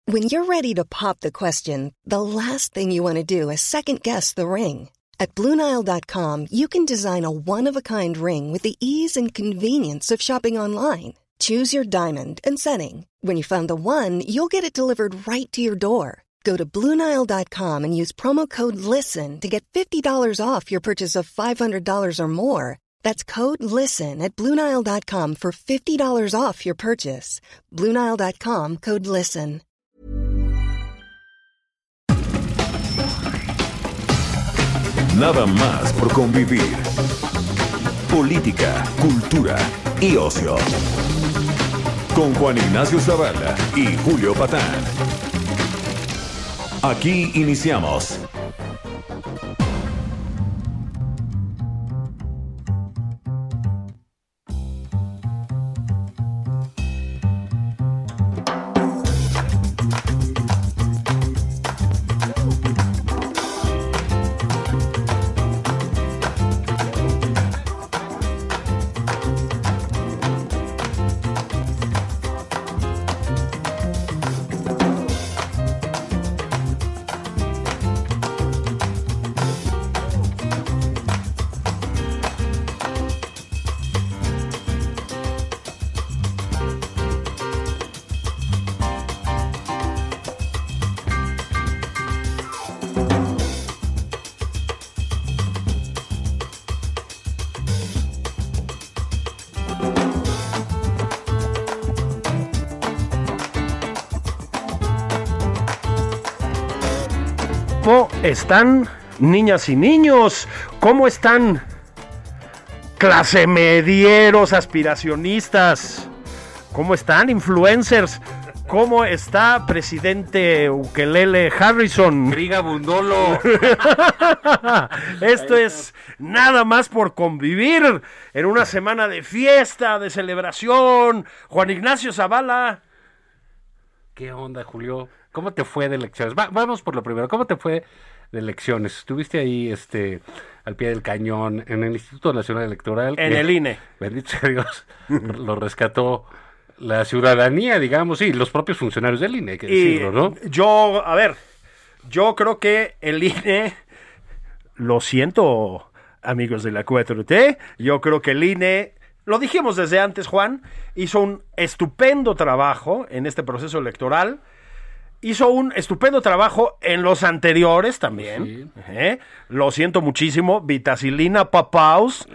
When you're ready to pop the question, the last thing you want to do is second-guess the ring. At BlueNile.com, you can design a one-of-a-kind ring with the ease and convenience of shopping online. Choose your diamond and setting. When you find the one, you'll get it delivered right to your door. Go to BlueNile.com and use promo code LISTEN to get $50 off your purchase of $500 or more. That's code LISTEN at BlueNile.com for $50 off your purchase. BlueNile.com, code LISTEN. Nada más por convivir. Política, cultura y ocio. Con Juan Ignacio Zavala y Julio Patán. Aquí iniciamos. ¿Cómo están, niñas y niños? ¿Cómo están, clase medieros, aspiracionistas? ¿Cómo están, influencers? ¿Cómo está, presidente Ukelele Harrison? Griga Bundolo. Esto es Nada Más por Convivir, en una semana de fiesta, de celebración. Juan Ignacio Zavala. ¿Qué onda, Julio? ¿Cómo te fue de elecciones? Vamos por lo primero. ¿Cómo te fue de elecciones? Estuviste ahí al pie del cañón en el Instituto Nacional Electoral. En el INE. Bendito sea Dios, lo rescató la ciudadanía, digamos, y los propios funcionarios del INE, hay que decirlo, ¿no? Yo creo que el INE, lo siento, amigos de la 4T, yo creo que el INE, lo dijimos desde antes, Juan, hizo un estupendo trabajo en este proceso electoral. Hizo un estupendo trabajo en los anteriores también. Sí. Lo siento muchísimo. Vitacilina, papaus.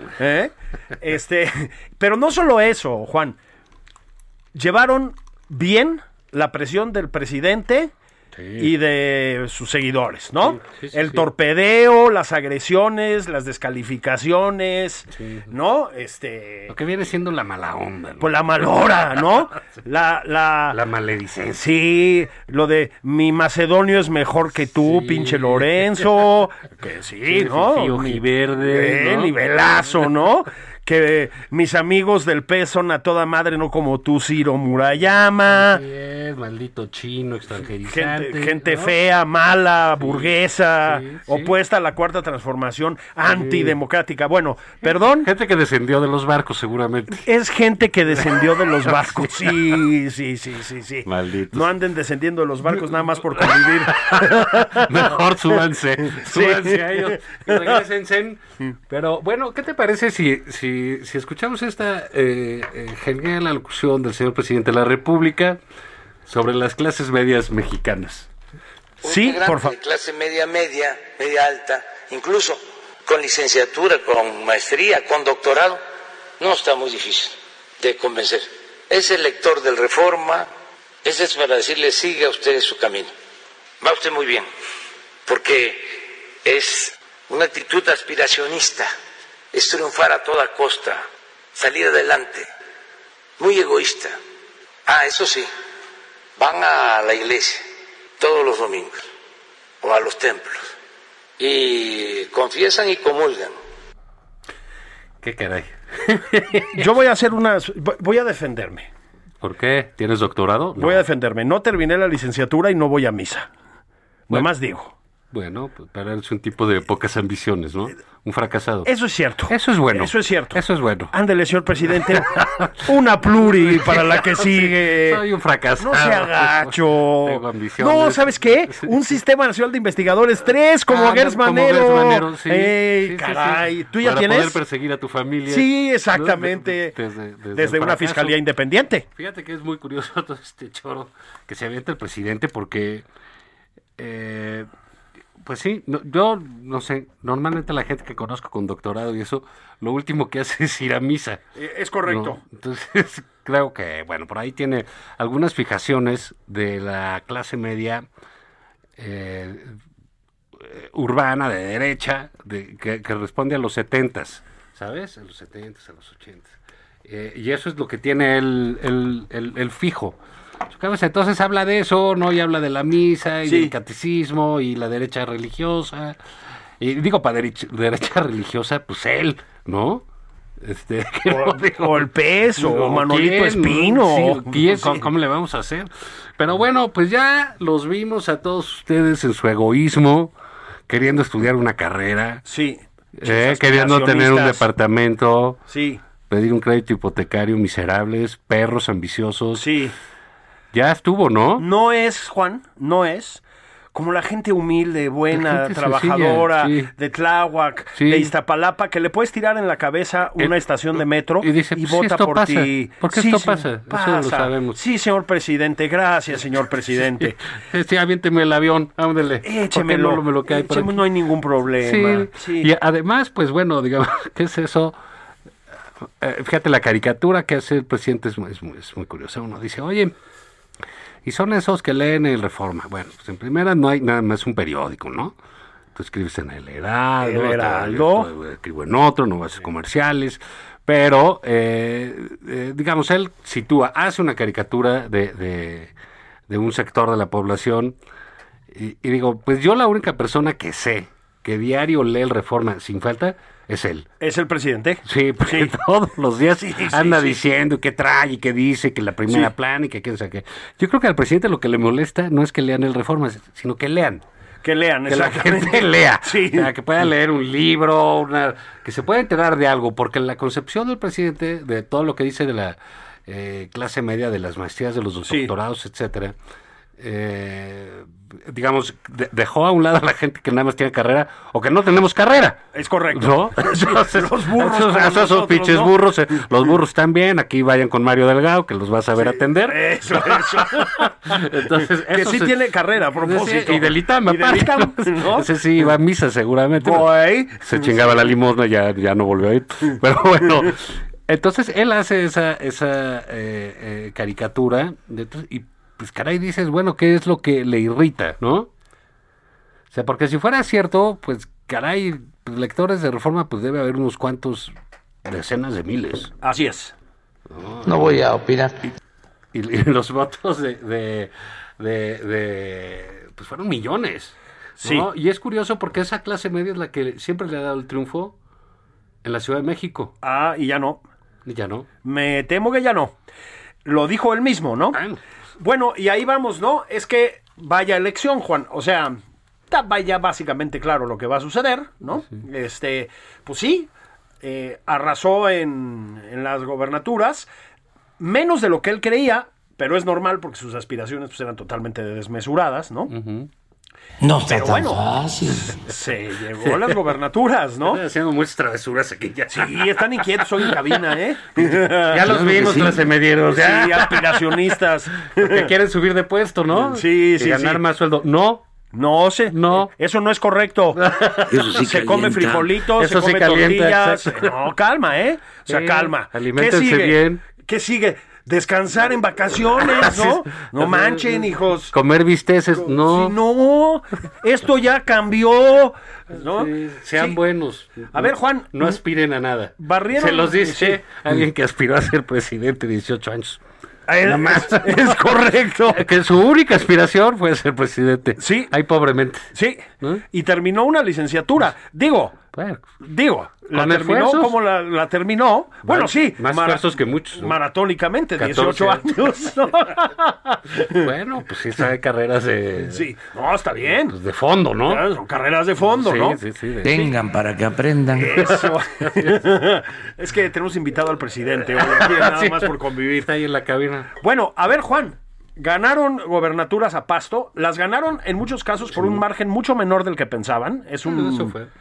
Pero no solo eso, Juan. Llevaron bien la presión del presidente y de sus seguidores, ¿no? Sí, el torpedeo, las agresiones, las descalificaciones, ¿no? Lo que viene siendo la mala onda, ¿no? Pues la malhora, ¿no? La maledicencia. Sí, lo de mi macedonio es mejor que tú, pinche Lorenzo. Que sí, ¿no? Ojiverde, ¿no? Nivelazo, ¿no? Que mis amigos del PES son a toda madre, no como tú, Ciro Murayama. Sí, maldito chino, extranjerizante. Gente, ¿no? Fea, mala, burguesa, opuesta a la cuarta transformación, antidemocrática. Bueno, perdón. Gente que descendió de los barcos, seguramente. Es gente que descendió de los barcos, sí. Malditos. No anden descendiendo de los barcos nada más por convivir. Mejor súbanse a ellos, que regresense. Pero bueno, ¿qué te parece si escuchamos esta genial alocución del señor presidente de la República sobre las clases medias mexicanas? Sí, por favor. Clase media alta, incluso con licenciatura, con maestría, con doctorado, no está muy difícil de convencer. Es el lector del Reforma, ese es para decirle, siga usted su camino. Va usted muy bien, porque es una actitud aspiracionista, es triunfar a toda costa, salir adelante, muy egoísta. Eso sí, van a la iglesia todos los domingos o a los templos y confiesan y comulgan. ¿Qué caray? Yo voy a defenderme. ¿Por qué? ¿Tienes doctorado? No. Voy a defenderme. No terminé la licenciatura y no voy a misa. Bueno. Nomás digo. Bueno, pues, pero es un tipo de pocas ambiciones, ¿no? Un fracasado. Eso es cierto. Eso es bueno. Eso es cierto. Eso es bueno. Ándele, señor presidente. Una pluri para la que sigue. Soy un fracasado. No sea gacho. Tengo ambiciones. No, ¿sabes qué? Un sistema nacional de investigadores 3 como Gers Manero. Como Gers Manero, sí. Ey, Sí, caray. sí. ¿Tú ya para tienes? poder perseguir a tu familia. Sí, exactamente. Desde el una fracaso. fiscalía independiente. Fíjate que es muy curioso todo este choro que se avienta el presidente porque, pues sí, yo no sé, normalmente la gente que conozco con doctorado y eso, lo último que hace es ir a misa. Es correcto. ¿no? Entonces, creo que, bueno, por ahí tiene algunas fijaciones de la clase media urbana, de derecha, que responde a los 70s, ¿sabes? A los 70s, a los 80s. Y eso es lo que tiene el fijo. Su cabeza. Entonces habla de eso, ¿no? Y habla de la misa y Sí. del catecismo y la derecha religiosa. Y digo, para derecha religiosa, pues él, ¿no? O el PES, o Manolito ¿quién? Espino. Sí, ¿quién? Sí. ¿Cómo le vamos a hacer? Pero bueno, pues ya los vimos a todos ustedes en su egoísmo, queriendo estudiar una carrera, Sí. queriendo tener un Aspiracionistas. departamento, Sí, pedir un crédito hipotecario, miserables, perros ambiciosos. sí. Ya estuvo, ¿no? No es, Juan, no es como la gente humilde, buena, gente trabajadora, sencilla, sí. de Tláhuac, Sí. de Iztapalapa, que le puedes tirar en la cabeza una estación de metro y dice, pues, vota esto por pasa. ti. ¿Por qué Sí, esto señor, pasa? Eso lo sabemos. Sí, señor presidente, gracias, señor presidente. Sí, aviénteme el avión, ándele. Échemelo, ¿Por qué no me lo cae por aquí? no hay ningún problema. Sí. Y además, pues bueno, digamos, ¿qué es eso? Fíjate, la caricatura que hace el presidente es muy curiosa. Uno dice, oye, y son esos que leen el Reforma. Bueno, pues en primera no hay nada más un periódico, ¿no? Tú escribes en El Heraldo. El Heraldo. Yo escribo en otro, no haces comerciales. Pero, digamos, él hace una caricatura de un sector de la población. Y digo, pues yo la única persona que sé que diario lee el Reforma sin falta es él. ¿Es el presidente? Sí, porque Sí. todos los días Sí, anda sí. diciendo que trae y que dice que la primera Sí. plana y que quién sabe qué. Yo creo que al presidente lo que le molesta no es que lean el Reforma, sino que lean. Que lean, Que la exactamente. gente lea. Sí. O sea, que pueda leer un libro, que se pueda enterar de algo, porque la concepción del presidente, de todo lo que dice de la clase media, de las maestrías, de los Sí. doctorados, etcétera, digamos, dejó a un lado a la gente que nada más tiene carrera o que no tenemos carrera. Es correcto. ¿No? Los burros como esos nosotros, pinches ¿no? burros, los burros están bien, aquí vayan con Mario Delgado, que los va a saber atender. Eso. Entonces, Que eso sí tiene carrera, a propósito. Y del ITAM, Y del aparte. ITAM, ¿no? Ese sí iba a misa seguramente. Güey. Se chingaba la limosna, ya no volvió a ir. Pero bueno, entonces él hace esa caricatura y pues caray dices, bueno, ¿qué es lo que le irrita, no? O sea, porque si fuera cierto, pues caray, pues, lectores de Reforma, pues debe haber unos cuantos decenas de miles. Así es. No voy a opinar. Y los votos pues fueron millones. ¿no? Sí. Y es curioso porque esa clase media es la que siempre le ha dado el triunfo en la Ciudad de México. Ah, y ya no. Y ya no. Me temo que ya no. Lo dijo él mismo, ¿no? Ah, Bueno, y ahí vamos, ¿no? Es que vaya elección, Juan. O sea, está vaya básicamente claro lo que va a suceder, ¿no? Sí. Pues sí, arrasó en las gobernaturas, menos de lo que él creía, pero es normal porque sus aspiraciones pues, eran totalmente desmesuradas, ¿no? ujú. No está Pero tan bueno. fácil. Se llegó a las gobernaturas, ¿no? Están haciendo muchas travesuras aquí ya. Sí, están inquietos hoy en cabina, ¿eh? Ya los vimos, clase medieros. Sí, Ya. aspiracionistas. Que quieren subir de puesto, ¿no? Sí, Y sí, ganar sí. más sueldo. No. No sé. No. Eso no es correcto. Eso sí Se come calienta. frijolitos, Eso se sí come calienta, tortillas. exacto. No, calma, ¿eh? O sea, Sí, calma. aliméntense ¿Qué sigue? bien. ¿Qué sigue? Descansar en vacaciones, ¿no? No manchen, hijos. Comer bisteces, no. Sí, no, esto ya cambió, ¿no? Sí, sean Sí. buenos. A ver, Juan. No aspiren a nada. Barrieron- Se los dice sí. alguien que aspiró a ser presidente de 18 años. Nada más. Es correcto. Que su única aspiración fue ser presidente. Sí. Ay, pobremente. Sí, ¿No? y terminó una licenciatura. Digo, Bueno, Digo, la ¿Con terminó esfuerzos? como la terminó. Bueno, sí. más esfuerzos que muchos, ¿no? Maratónicamente, 14 18 años. ¿no? bueno, pues sí, sabe carreras de... Sí, no, está bien. pues de fondo, ¿no? Claro, son carreras de fondo, sí, ¿no? Sí, sí, Tengan para que aprendan. Eso. Es que tenemos invitado al presidente hoy aquí, nada Sí. más por convivir. Está ahí en la cabina. Bueno, a ver, Juan. Ganaron gobernaturas a pasto, las ganaron en muchos casos por un margen mucho menor del que pensaban. Es un, Eso fue.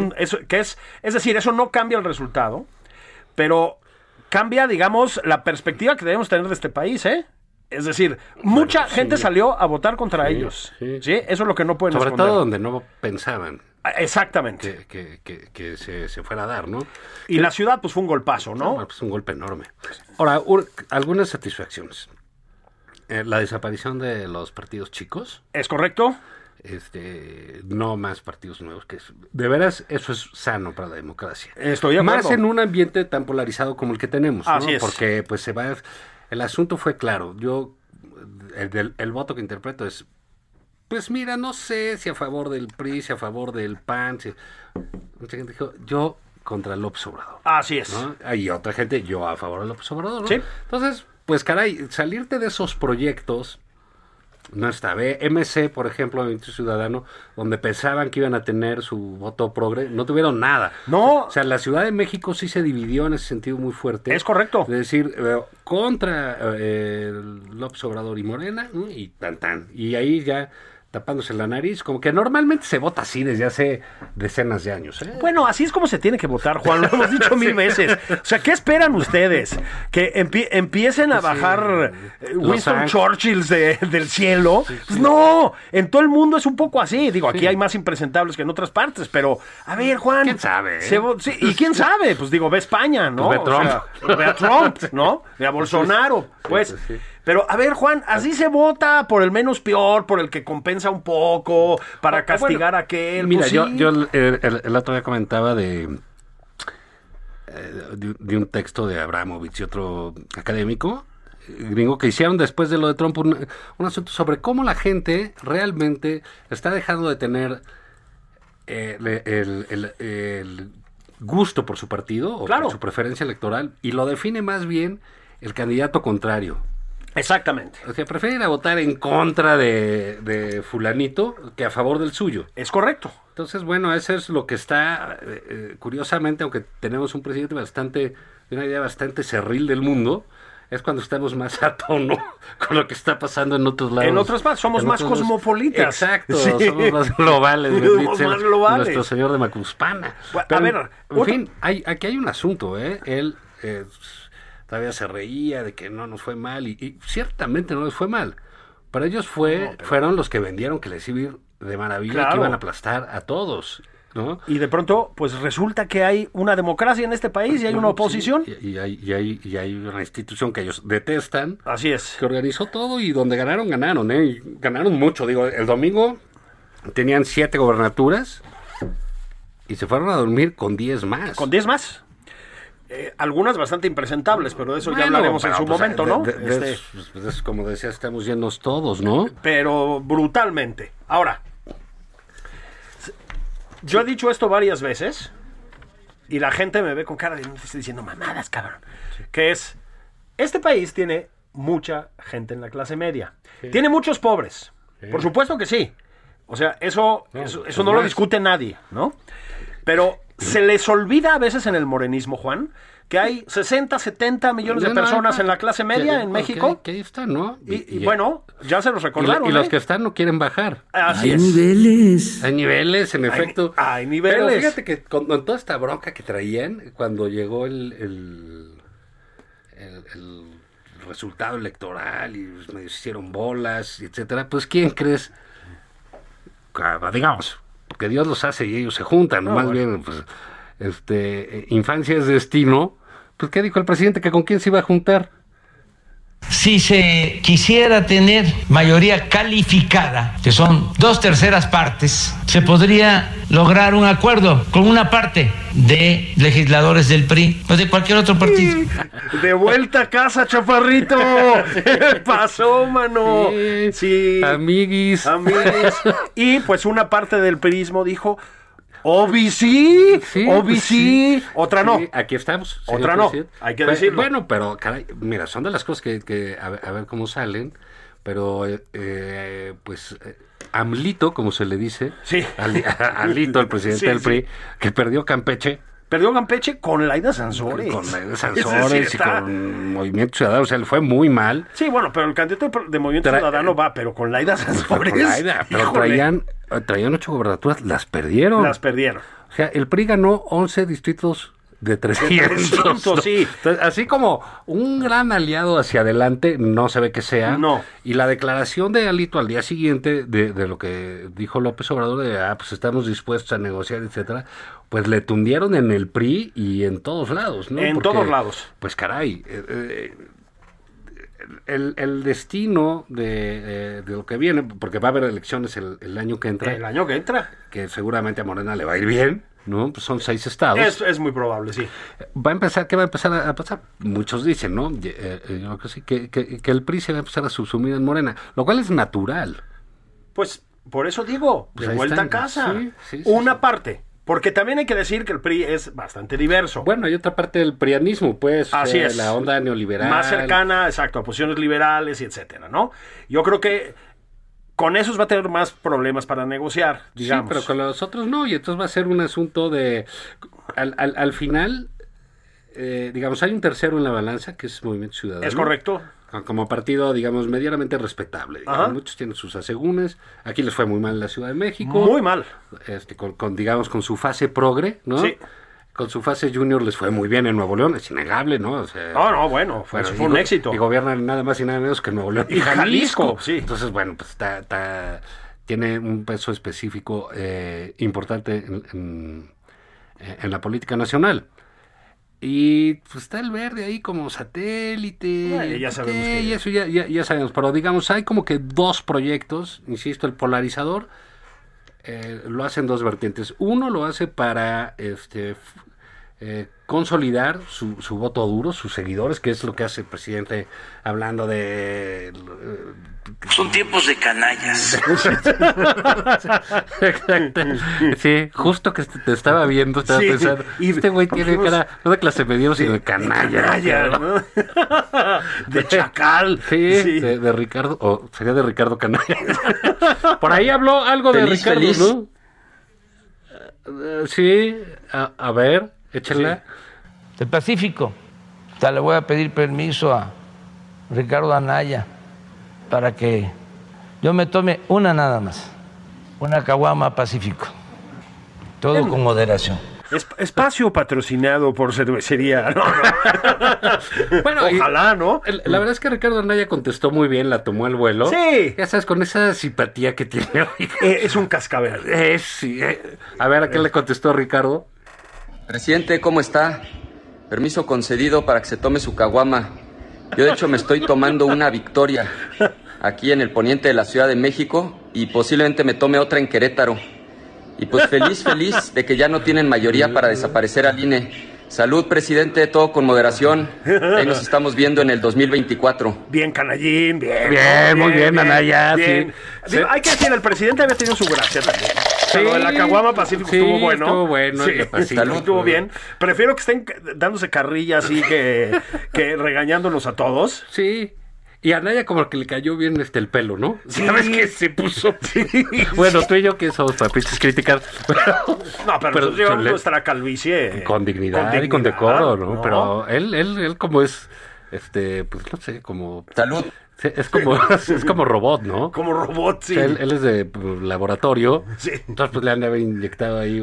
es decir, eso no cambia el resultado, pero cambia, digamos, la perspectiva que debemos tener de este país, ¿eh? Es decir, mucha gente salió a votar contra ellos. sí. Sí. Eso es lo que no pueden Sobre esconder. todo donde no pensaban Exactamente. que se fuera a dar, ¿no? Y la ciudad, pues, fue un golpazo, ¿no? Bueno, pues un golpe enorme. Ahora, algunas satisfacciones. La desaparición de los partidos chicos. ¿Es correcto? No más partidos nuevos. De veras, eso es sano para la democracia. Estoy de acuerdo. Más en un ambiente tan polarizado como el que tenemos, ¿no? Así es. Porque pues el asunto fue claro. El voto que interpreto es, pues mira, no sé si a favor del PRI, si a favor del PAN, mucha gente dijo, yo contra López Obrador, Así es. ¿no? Hay otra gente, yo a favor de López Obrador, ¿no? Sí. Entonces, pues caray, salirte de esos proyectos no está bien. MC, por ejemplo, Movimiento Ciudadano, donde pensaban que iban a tener su voto progre, no tuvieron nada. No. O sea, la Ciudad de México sí se dividió en ese sentido muy fuerte. Es correcto. Es decir, contra López Obrador y Morena, ¿no? Y tan. Y ahí ya tapándose la nariz, como que normalmente se vota así desde hace decenas de años, ¿eh? Bueno, así es como se tiene que votar, Juan, lo hemos dicho 1000 veces. O sea, ¿qué esperan ustedes? ¿Que empiecen a bajar Winston Ángeles. Churchills del cielo? Pues no, en todo el mundo es un poco así. Digo, aquí hay más impresentables que en otras partes, pero, a ver, Juan. ¿Quién sabe? Sí, ¿y quién sabe? Pues digo, ve España, ¿no? Pues ve Trump. O sea, ve a Trump, ¿no? Ve a Bolsonaro, pues. Sí. Pero, a ver, Juan, así se vota por el menos peor, por el que compensa un poco, para castigar a aquel. Mira, pues sí. yo el otro día comentaba de un texto de Abramovich y otro académico gringo que hicieron después de lo de Trump un asunto sobre cómo la gente realmente está dejando de tener el gusto por su partido o Claro. por su preferencia electoral y lo define más bien el candidato contrario. Exactamente. O sea, prefieren ir a votar en contra de fulanito que a favor del suyo. Es correcto. Entonces, bueno, eso es lo que está, curiosamente, aunque tenemos un presidente de una idea bastante cerril del mundo, es cuando estamos más a tono con lo que está pasando en otros lados. En otros más, somos En más otros- cosmopolitas. Exacto, Sí. somos más globales. Somos bendito más sea globales. Nuestro señor de Macuspana. Bueno, Pero, a ver, en fin, aquí hay un asunto, ¿eh? Él todavía se reía de que no nos fue mal, y ciertamente no les fue mal. Para ellos fueron los que vendieron que les iba a ir de maravilla, Claro. que iban a aplastar a todos, ¿no? Y de pronto, pues resulta que hay una democracia en este país y hay una oposición. Sí, y hay una institución que ellos detestan, Así es. que organizó todo y donde ganaron, ¿eh? Y ganaron mucho. Digo, el domingo tenían 7 gobernaturas y se fueron a dormir con 10 más. Con 10 más. Algunas bastante impresentables, pero de eso ya Bueno, hablaremos en pero, su pues, momento, ¿no? Es como decía, estamos yéndonos todos, ¿no? Pero brutalmente. Ahora, yo he dicho esto varias veces y la gente me ve con cara de no te estoy diciendo mamadas, cabrón. Que es, este país tiene mucha gente en la clase media. Tiene muchos pobres. Por supuesto que sí. O sea, eso no lo discute nadie, ¿no? Pero se les olvida a veces en el morenismo, Juan, que hay 60, 70 millones de personas en la clase media en México. Que ahí están, ¿no? Y bueno, ya se los recordaron. y los ¿eh? que están no quieren bajar. Así Hay es. niveles. Hay niveles, en efecto. hay niveles. Pero fíjate que con toda esta bronca que traían, cuando llegó el resultado electoral y pues, medio se hicieron bolas, etcétera, pues ¿quién crees? Digamos, que Dios los hace y ellos se juntan, más bien, pues, infancia es destino. Pues ¿qué dijo el presidente? ¿Que con quién se iba a juntar? Si se quisiera tener mayoría calificada, que son 2/3 partes, se podría lograr un acuerdo con una parte de legisladores del PRI o de cualquier otro partido. De vuelta a casa, chaparrito. ¿Qué pasó, mano? Sí. Amiguis. Amiguis. Y pues una parte del priismo dijo, OBC, Sí, OBC, pues sí. otra no. Sí, aquí estamos. Otra señor no, presidente. hay que decirlo. Bueno, pero caray, mira, son de las cosas que a ver cómo salen, pero AMLito, como se le dice, Sí. Alito, el presidente Sí, del sí. PRI, que perdió Campeche, Perdió Campeche con Laida Sansores. con Ese Sansores sí y está. con Movimiento Ciudadano, o sea, le fue muy mal. Sí, bueno, pero el candidato de Movimiento Ciudadano va, pero con Laida Sansores. Con Laida, pero híjole, traían 8 gobernaturas, las perdieron. las perdieron. O sea, el PRI ganó 11 distritos de 300. 300, sí. Entonces, así como un gran aliado hacia adelante, no se ve que sea. No. Y la declaración de Alito al día siguiente de lo que dijo López Obrador, pues estamos dispuestos a negociar, etcétera, pues le tundieron en el PRI y en todos lados, ¿no? En todos lados. Pues caray, el destino de lo que viene, porque va a haber elecciones el año que entra, El año que entra. que seguramente a Morena le va a ir bien, ¿no? Pues son 6 estados. Es muy probable, sí. ¿Qué va a empezar a pasar? Muchos dicen, ¿no? Yo creo que sí, que el PRI se va a empezar a subsumir en Morena, lo cual es natural. Pues por eso digo, Pues de ahí vuelta están. a casa. Sí, Una parte. Porque también hay que decir que el PRI es bastante diverso. Bueno, hay otra parte del prianismo, pues, Así es. la onda neoliberal. Más cercana, exacto, a posiciones liberales y etcétera, ¿no? Yo creo que con esos va a tener más problemas para negociar, digamos. Sí, pero con los otros no, y entonces va a ser un asunto de... Al final, digamos, hay un tercero en la balanza, que es Movimiento Ciudadano. ¿Es correcto? Como partido, digamos, medianamente respetable. Ajá. Muchos tienen sus asegúnes. Aquí les fue muy mal en la Ciudad de México. Muy mal. Digamos, con su fase progre, ¿no? Sí. Con su fase junior les fue muy bien en Nuevo León, es innegable, ¿no? O sea, Bueno, fue un éxito. Y gobiernan nada más y nada menos que Nuevo León Y Jalisco, sí. Entonces, bueno, pues tiene un peso específico importante en la política nacional. Y pues está el Verde ahí como satélite. Bueno, ya sabemos que... Y eso ya sabemos. Pero digamos, hay como que 2 proyectos. Insisto, el polarizador lo hace en 2 vertientes. Uno lo hace para consolidar su voto duro, sus seguidores, que es lo que hace el presidente hablando de... Son tiempos de canallas. Exacto. Sí, justo que te estaba viendo, estaba Sí, pensando, y- este güey tiene cara, no de clase medio, sino de canalla. Canalla, ¿no? De chacal. Sí, de Ricardo, o sería de Ricardo Canalla. Por ahí habló algo de Feliz, Ricardo, feliz. ¿no? Sí, a ver, échala. del Pacífico. O sea, le voy a pedir permiso a Ricardo Anaya para que yo me tome una nada más, una caguama Pacífico. Todo con moderación. Espacio patrocinado por cervecería. No. Bueno, Ojalá, ¿no? La verdad es que Ricardo Anaya contestó muy bien, la tomó al vuelo. Sí. Ya sabes, con esa simpatía que tiene. Es un cascabel. Sí. A ver, ¿a qué le contestó Ricardo? Presidente, ¿cómo está? Permiso concedido para que se tome su caguama. Yo de hecho me estoy tomando una Victoria aquí en el poniente de la Ciudad de México y posiblemente me tome otra en Querétaro. Y pues feliz de que ya no tienen mayoría para desaparecer al INE. Salud, presidente, todo con moderación. Ahí nos estamos viendo en el 2024. Bien, canallín, bien. Bien, muy bien, Anaya, bien. sí. Digo, hay que decir, el presidente había tenido su gracia también. Sí. Lo de la caguama Pacífico Sí, estuvo bueno. estuvo bueno, Sí, el de Pacífico. estuvo bien. Prefiero que estén dándose carrilla así que regañándonos a todos. Sí. Y a Anaya como que le cayó bien el pelo, ¿no? Sí. ¿Sabes qué se puso? Bueno, tú y yo que somos papiches críticas. No, pero nosotros llevamos nuestra calvicie. Con dignidad y con decoro, ¿no? Pero él como es, pues no sé, como... Salud. Es como robot, ¿no? Como robot, sí. O sea, él es de laboratorio. Sí. Entonces pues le han de haber inyectado ahí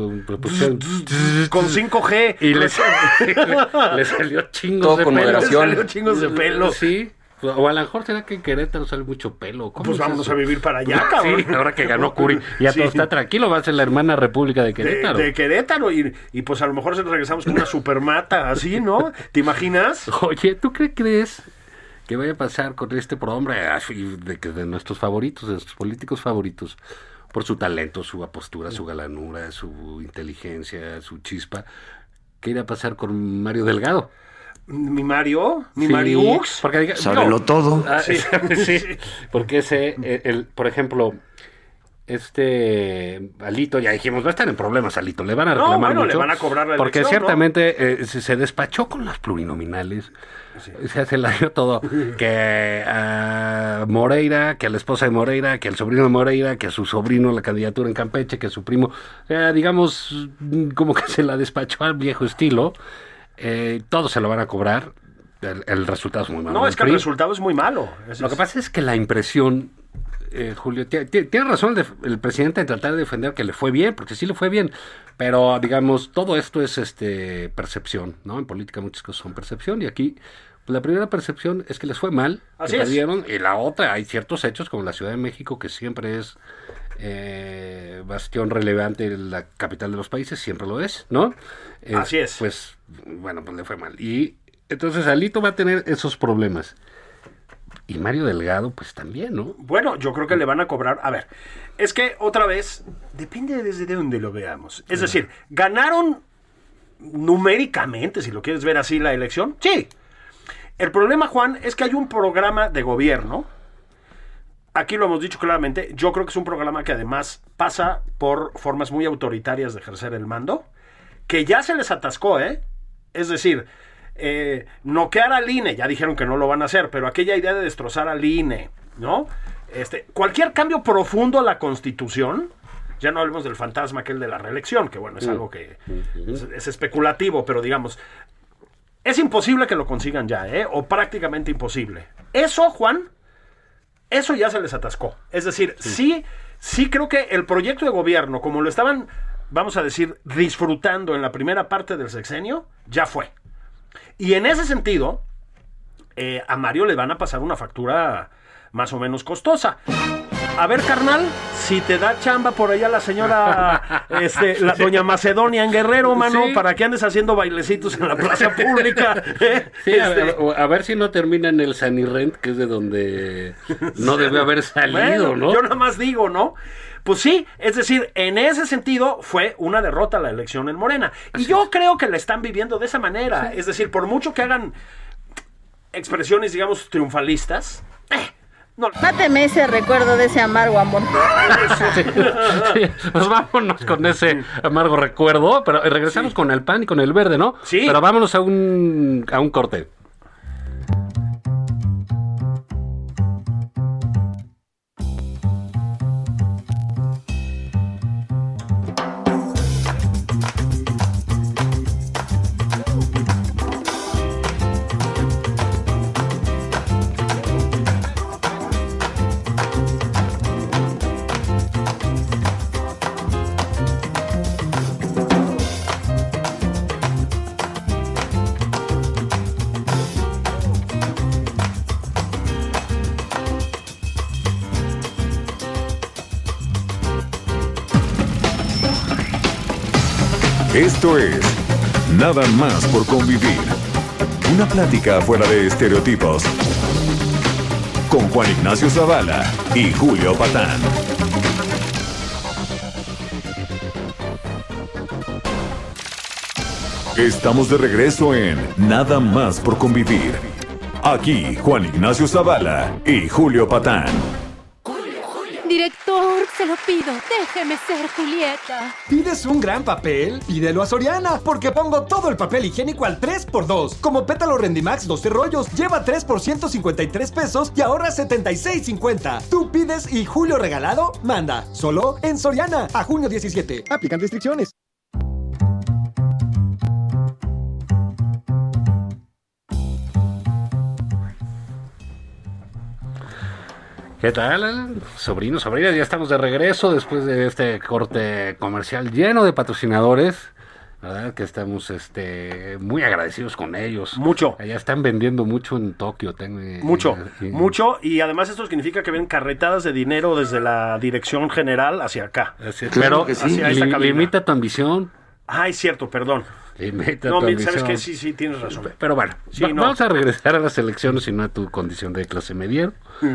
Con 5G. y le salió chingos Todo de con pelo. moderación. Le salió chingos de pelo. Sí. O a lo mejor será que en Querétaro sale mucho pelo. ¿Cómo Pues es vámonos eso? a vivir para allá, cabrón. Sí, ahora que ganó Curi, ya Sí. todo está tranquilo, va a ser la hermana República de Querétaro. De Querétaro. Y pues a lo mejor regresamos con una supermata así, ¿no? ¿Te imaginas? Oye, ¿tú crees que vaya a pasar con este hombre así de nuestros favoritos, de nuestros políticos favoritos, por su talento, su apostura, su galanura, su inteligencia, su chispa? ¿Qué irá a pasar con Mario Delgado? Mi Mario, Sí, Mariux. porque Sábelo todo. Sí, porque por ejemplo, Alito, ya dijimos, va a estar en problemas Alito, le van a reclamar mucho. Le van a cobrar la porque elección, ciertamente se despachó con las plurinominales. Sí. Se la dio todo, que a Moreira, que a la esposa de Moreira, que al sobrino de Moreira, que a su sobrino la candidatura en Campeche, que a su primo, digamos, como que se la despachó al viejo estilo. Todos se lo van a cobrar. El resultado es muy malo. No, es que el resultado es muy malo. Lo que pasa es que la impresión, Julio, tiene razón el presidente en tratar de defender que le fue bien, porque sí le fue bien, pero digamos, todo esto es percepción, ¿no? En política muchas cosas son percepción, y aquí pues, la primera percepción es que les fue mal, así que perdieron, y la otra, hay ciertos hechos como la Ciudad de México, que siempre es bastión relevante en la capital de los países, siempre lo es, ¿no? Así es. Pues, bueno, pues le fue mal. Y entonces Alito va a tener esos problemas. Y Mario Delgado, pues también, ¿no? Bueno, yo creo que le van a cobrar. A ver, es que otra vez, depende desde dónde lo veamos. Es decir, ¿ganaron numéricamente, si lo quieres ver así, la elección? Sí. El problema, Juan, es que hay un programa de gobierno. Aquí lo hemos dicho claramente. Yo creo que es un programa que además pasa por formas muy autoritarias de ejercer el mando, que ya se les atascó, ¿eh? Es decir, noquear al INE, ya dijeron que no lo van a hacer, pero aquella idea de destrozar al INE, ¿no? Cualquier cambio profundo a la Constitución, ya no hablemos del fantasma aquel de la reelección, que bueno, es algo que es especulativo, pero digamos, es imposible que lo consigan ya, o prácticamente imposible. Eso, Juan, eso ya se les atascó. Es decir, sí creo que el proyecto de gobierno, como lo estaban, vamos a decir, disfrutando en la primera parte del sexenio, ya fue. Y en ese sentido, a Mario le van a pasar una factura más o menos costosa. A ver, carnal, si te da chamba por allá la señora, la doña Macedonia en Guerrero, mano, sí, para que andes haciendo bailecitos en la plaza pública. Sí, a ver si no termina en el Sanirrent, que es de donde no debe haber salido, bueno, ¿no? Yo nada más digo, ¿no? Pues sí, es decir, en ese sentido fue una derrota la elección en Morena. Y yo creo que la están viviendo de esa manera. Sí. Es decir, por mucho que hagan expresiones, digamos, triunfalistas, no. Máteme ese recuerdo de ese amargo amor. Sí, pues vámonos con ese amargo recuerdo, pero regresamos con el PAN y con el Verde, ¿no? Sí. Pero vámonos a un corte. Esto es Nada más por convivir. Una plática fuera de estereotipos. Con Juan Ignacio Zavala y Julio Patán. Estamos de regreso en Nada más por convivir. Aquí Juan Ignacio Zavala y Julio Patán. Director, se lo pido, déjeme ser Julieta. ¿Pides un gran papel? Pídelo a Soriana, porque pongo todo el papel higiénico al 3x2. Como Pétalo Rendimax 12 rollos, lleva 3 por 153 pesos y ahorra 76.50. Tú pides y Julio regalado, manda. Solo en Soriana, a junio 17. Aplican restricciones. ¿Qué tal, sobrinos, sobrinas? Ya estamos de regreso después de este corte comercial lleno de patrocinadores. La verdad que estamos muy agradecidos con ellos. Mucho. Ya están vendiendo mucho en Tokio. Mucho. Y además esto significa que ven carretadas de dinero desde la dirección general hacia acá. Pero limita tu ambición. Ah, es cierto, perdón. ¿Sabes qué? Sí, tienes razón. Pero bueno, vamos a regresar a las elecciones y no a tu condición de clase media.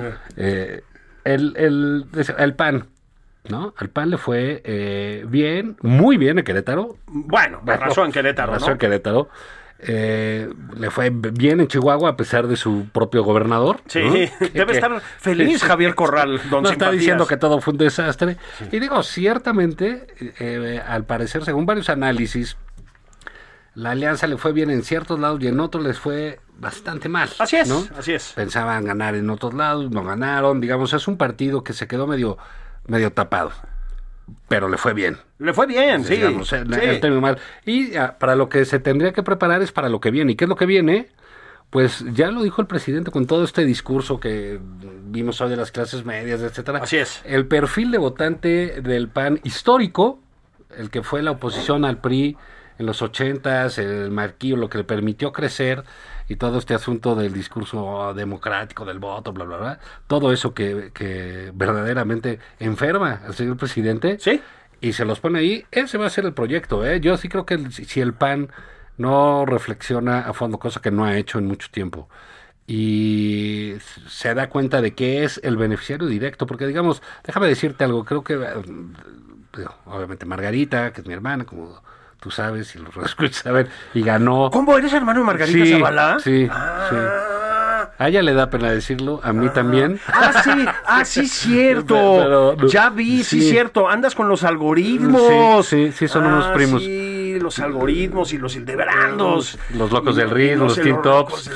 El PAN, ¿no? Al PAN le fue bien, muy bien en Querétaro. Bueno, arrasó en Querétaro, arrasó en Querétaro. Le fue bien en Chihuahua a pesar de su propio gobernador. Sí, ¿no? debe estar feliz Javier Corral, don No está Simpatías. diciendo que todo fue un desastre. Sí. Y digo, ciertamente, al parecer, según varios análisis, la alianza le fue bien en ciertos lados y en otros les fue bastante mal. Así es, ¿no? así es. Pensaban ganar en otros lados, no ganaron. Digamos, es un partido que se quedó medio tapado. Pero le fue bien. Le fue bien, sí. Digamos, mal. Y para lo que se tendría que preparar es para lo que viene. ¿Y qué es lo que viene? Pues ya lo dijo el presidente con todo este discurso que vimos hoy de las clases medias, etcétera. Así es. El perfil de votante del PAN histórico, el que fue la oposición al PRI en los 80s, el marquillo, lo que le permitió crecer, y todo este asunto del discurso democrático, del voto, bla, bla, bla, todo eso que verdaderamente enferma al señor presidente, ¿sí? Y se los pone ahí, ese va a ser el proyecto, ¿eh? Yo sí creo que si el PAN no reflexiona a fondo, cosa que no ha hecho en mucho tiempo, y se da cuenta de que es el beneficiario directo, porque digamos, déjame decirte algo, creo que obviamente Margarita, que es mi hermana, como tú sabes, y los escuchas saber, y ganó. ¿Cómo eres hermano de Margarita Zavala? Sí, sí. A ella le da pena decirlo, a mí también. Sí, cierto. Pero, ya vi, sí, cierto. Andas con los algoritmos. Sí, son unos primos. Sí, los algoritmos y los Hildebrandos. Los locos del ritmo, los Teen Tops.